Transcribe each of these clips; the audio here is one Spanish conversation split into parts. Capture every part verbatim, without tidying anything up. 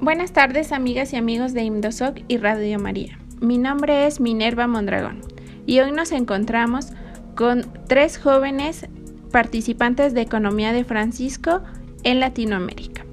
Buenas tardes, amigas y amigos de IMDOSOC y Radio María. Mi nombre es Minerva Mondragón y hoy nos encontramos con tres jóvenes participantes de Economía de Francisco en Latinoamérica.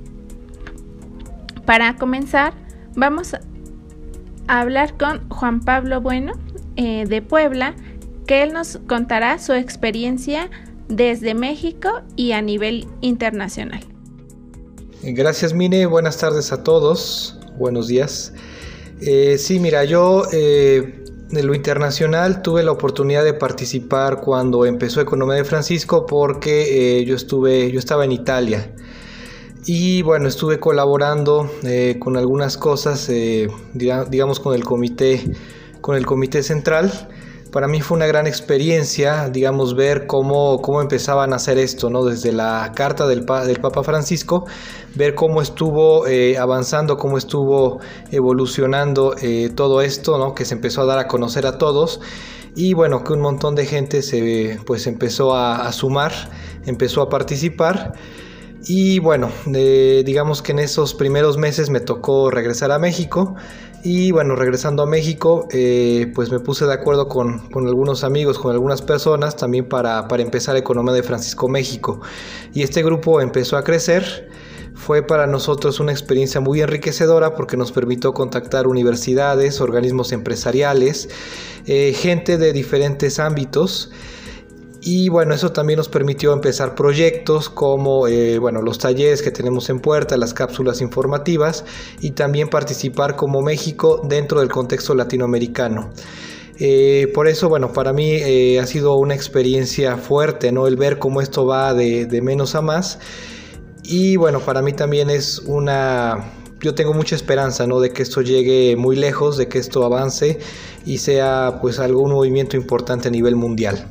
Para comenzar, vamos a hablar con Juan Pablo Bueno eh, de Puebla, que él nos contará su experiencia desde México y a nivel internacional. Gracias, Mine. Buenas tardes a todos. Buenos días. Eh, sí, mira, yo eh, en lo internacional tuve la oportunidad de participar cuando empezó Economía de Francisco porque eh, yo estuve, yo estaba en Italia y bueno, estuve colaborando eh, con algunas cosas, eh, digamos con el comité, con el comité central. Para mí fue una gran experiencia, digamos, ver cómo, cómo empezaban a hacer esto, ¿no? Desde la carta del, pa, del Papa Francisco, ver cómo estuvo eh, avanzando, cómo estuvo evolucionando eh, todo esto, ¿no? Que se empezó a dar a conocer a todos. Y bueno, que un montón de gente se pues empezó a, a sumar, empezó a participar. Y bueno, eh, digamos que en esos primeros meses me tocó regresar a México. Y bueno, regresando a México, eh, pues me puse de acuerdo con, con algunos amigos, con algunas personas, también para, para empezar Economía de Francisco México. Y este grupo empezó a crecer. Fue para nosotros una experiencia muy enriquecedora porque nos permitió contactar universidades, organismos empresariales, eh, gente de diferentes ámbitos. Y bueno, eso también nos permitió empezar proyectos como eh, bueno, los talleres que tenemos en puerta, las cápsulas informativas y también participar como México dentro del contexto latinoamericano. Eh, por eso, bueno, para mí eh, ha sido una experiencia fuerte, ¿no? El ver cómo esto va de, de menos a más. Y bueno, para mí también es una... Yo tengo mucha esperanza, ¿no? De que esto llegue muy lejos, de que esto avance y sea pues algún movimiento importante a nivel mundial.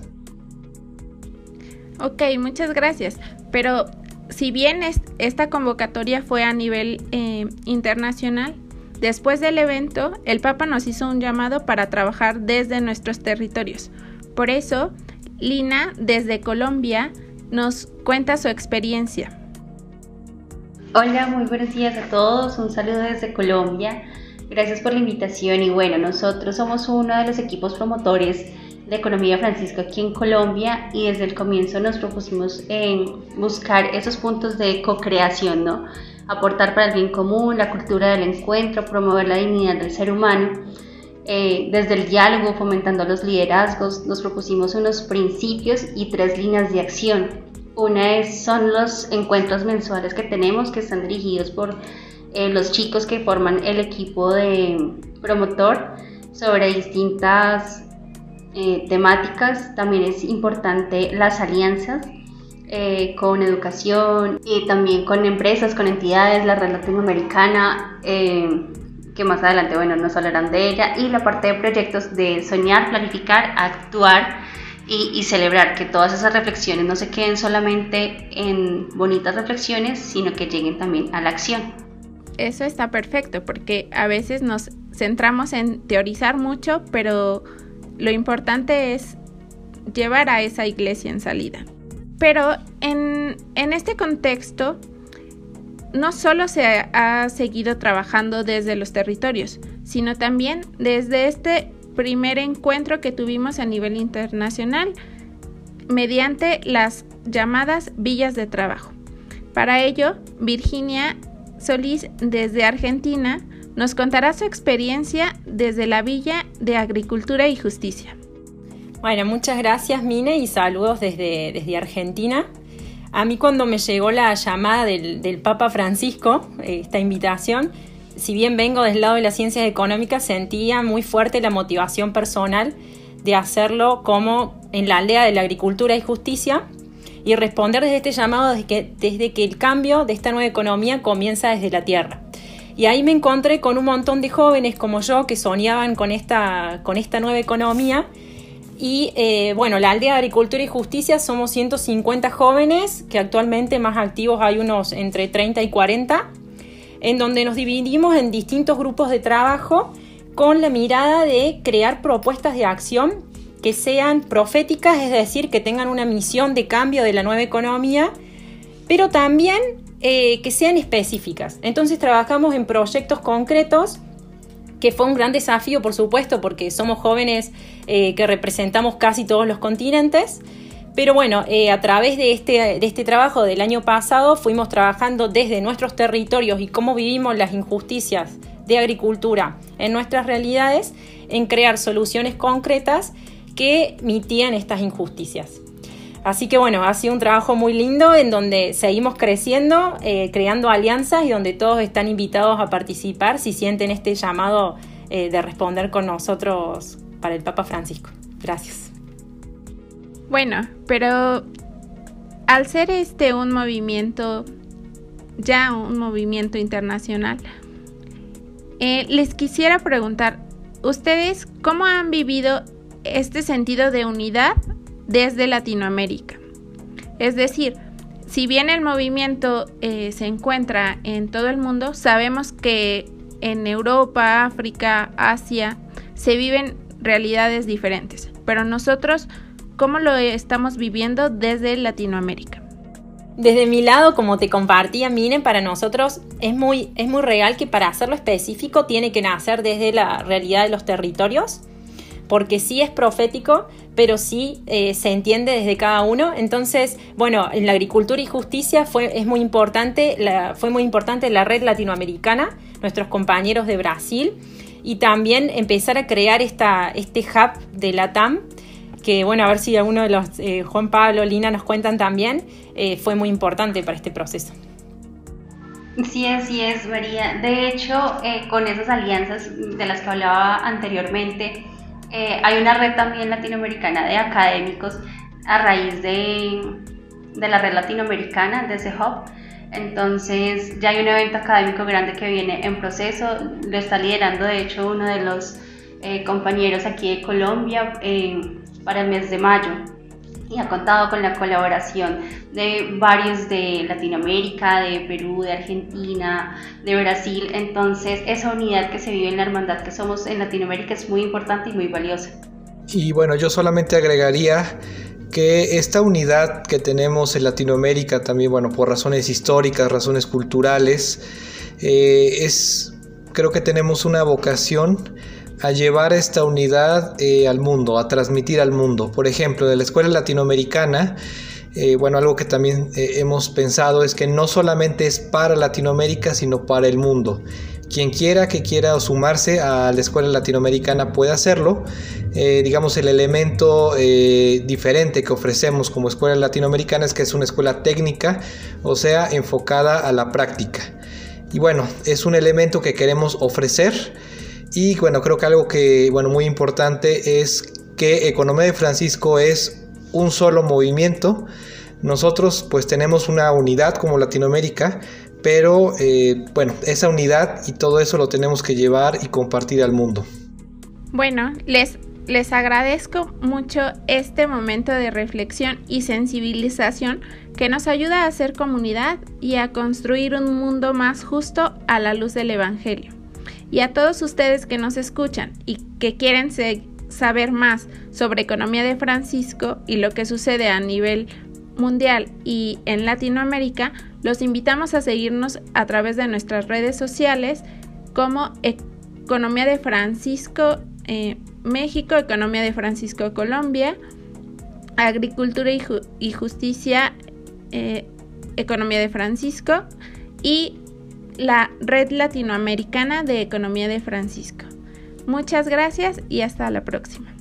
Ok, muchas gracias. Pero si bien es, esta convocatoria fue a nivel eh, internacional, después del evento, el Papa nos hizo un llamado para trabajar desde nuestros territorios. Por eso, Lina, desde Colombia, nos cuenta su experiencia. Hola, muy buenos días a todos. Un saludo desde Colombia. Gracias por la invitación. Y bueno, nosotros somos uno de los equipos promotores de Economía Francisco aquí en Colombia y desde el comienzo nos propusimos en buscar esos puntos de co-creación, ¿no? Aportar para el bien común, la cultura del encuentro, promover la dignidad del ser humano. Eh, desde el diálogo, fomentando los liderazgos, nos propusimos unos principios y tres líneas de acción. Una es, son los encuentros mensuales que tenemos, que están dirigidos por eh, los chicos que forman el equipo de promotor sobre distintas Eh, temáticas. También es importante las alianzas eh, con educación y también con empresas, con entidades, la red latinoamericana, eh, que más adelante bueno, nos hablarán de ella, y la parte de proyectos de soñar, planificar, actuar y, y celebrar, que todas esas reflexiones no se queden solamente en bonitas reflexiones, sino que lleguen también a la acción. Eso está perfecto, porque a veces nos centramos en teorizar mucho, pero lo importante es llevar a esa iglesia en salida. Pero en, en este contexto, no solo se ha, ha seguido trabajando desde los territorios, sino también desde este primer encuentro que tuvimos a nivel internacional mediante las llamadas villas de trabajo. Para ello, Virginia Solís, desde Argentina, nos contará su experiencia desde la Villa de Agricultura y Justicia. Bueno, muchas gracias, Mine, y saludos desde, desde Argentina. A mí cuando me llegó la llamada del, del Papa Francisco, esta invitación, si bien vengo del lado de las ciencias económicas, sentía muy fuerte la motivación personal de hacerlo como en la aldea de la Agricultura y Justicia y responder desde este llamado desde que, desde que el cambio de esta nueva economía comienza desde la tierra. Y ahí me encontré con un montón de jóvenes como yo que soñaban con esta, con esta nueva economía. Y eh, bueno, la aldea de Agricultura y Justicia somos ciento cincuenta jóvenes, que actualmente más activos hay unos entre treinta y cuarenta, en donde nos dividimos en distintos grupos de trabajo con la mirada de crear propuestas de acción que sean proféticas, es decir, que tengan una misión de cambio de la nueva economía, pero también eh, que sean específicas. Entonces trabajamos en proyectos concretos, que fue un gran desafío, por supuesto, porque somos jóvenes eh, que representamos casi todos los continentes. Pero bueno, eh, a través de este, de este trabajo del año pasado fuimos trabajando desde nuestros territorios y cómo vivimos las injusticias de agricultura en nuestras realidades, en crear soluciones concretas que mitiguen estas injusticias. Así que bueno, ha sido un trabajo muy lindo en donde seguimos creciendo, eh, creando alianzas y donde todos están invitados a participar si sienten este llamado eh, de responder con nosotros para el Papa Francisco. Gracias. Bueno, pero al ser este un movimiento, ya un movimiento internacional, eh, les quisiera preguntar, ¿ustedes cómo han vivido este sentido de unidad desde Latinoamérica? Es decir, si bien el movimiento eh, se encuentra en todo el mundo, sabemos que en Europa, África, Asia, se viven realidades diferentes, pero nosotros, ¿cómo lo estamos viviendo desde Latinoamérica? Desde mi lado, como te compartía, Mine, para nosotros es muy, es muy real que para hacerlo específico tiene que nacer desde la realidad de los territorios, porque sí es profético, pero sí eh, se entiende desde cada uno. Entonces, bueno, en la agricultura y justicia fue, es muy importante, la, fue muy importante la red latinoamericana, nuestros compañeros de Brasil, y también empezar a crear esta, este hub de LATAM, que bueno, a ver si alguno de los, eh, Juan Pablo, Lina, nos cuentan también, eh, fue muy importante para este proceso. Sí, así es, María. De hecho, eh, con esas alianzas de las que hablaba anteriormente, eh, hay una red también latinoamericana de académicos a raíz de, de la red latinoamericana, de ese hub. Entonces, ya hay un evento académico grande que viene en proceso, lo está liderando de hecho uno de los eh, compañeros aquí de Colombia, eh, para el mes de mayo, y ha contado con la colaboración de varios de Latinoamérica, de Perú, de Argentina, de Brasil. Entonces esa unidad que se vive en la hermandad que somos en Latinoamérica es muy importante y muy valiosa. Y bueno, yo solamente agregaría que esta unidad que tenemos en Latinoamérica también, bueno, por razones históricas, razones culturales, eh, es, creo que tenemos una vocación a llevar esta unidad eh, al mundo, a transmitir al mundo. Por ejemplo, de la escuela latinoamericana, eh, bueno, algo que también eh, hemos pensado es que no solamente es para Latinoamérica, sino para el mundo. Quien quiera que quiera sumarse a la escuela latinoamericana puede hacerlo. Eh, digamos, el elemento eh, diferente que ofrecemos como escuela latinoamericana es que es una escuela técnica, o sea, enfocada a la práctica. Y bueno, es un elemento que queremos ofrecer. Y bueno, creo que algo que, bueno, muy importante es que Economía de Francisco es un solo movimiento. Nosotros pues tenemos una unidad como Latinoamérica, pero eh, bueno, esa unidad y todo eso lo tenemos que llevar y compartir al mundo. Bueno, les, les agradezco mucho este momento de reflexión y sensibilización que nos ayuda a hacer comunidad y a construir un mundo más justo a la luz del Evangelio. Y a todos ustedes que nos escuchan y que quieren se- saber más sobre Economía de Francisco y lo que sucede a nivel mundial y en Latinoamérica, los invitamos a seguirnos a través de nuestras redes sociales como Economía de Francisco eh, México, Economía de Francisco Colombia, Agricultura y, Ju- y Justicia, eh, Economía de Francisco, y la Red Latinoamericana de Economía de Francisco. Muchas gracias y hasta la próxima.